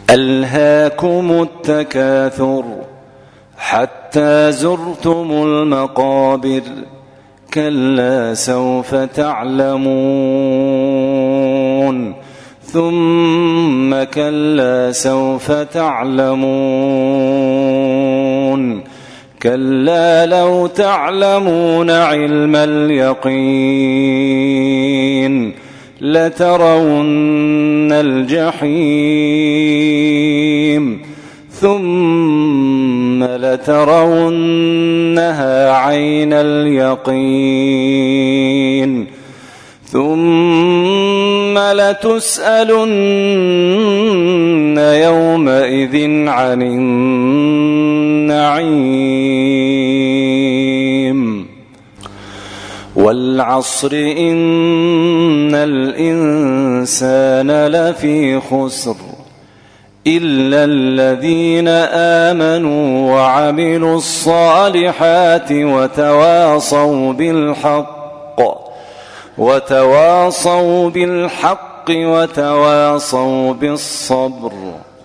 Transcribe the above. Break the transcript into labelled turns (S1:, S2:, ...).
S1: ألهاكم التكاثر حتى زرتم المقابر كلا سوف تعلمون ثم كلا سوف تعلمون كلا لو تعلمون علم اليقين لترون الجحيم ثم لترونها عين اليقين ثم لتسألن يومئذ عن النعيم والعصر إن الإنسان لفي خسر إلا الذين آمنوا وعملوا الصالحات وتواصوا بالحق وتواصوا بالصبر.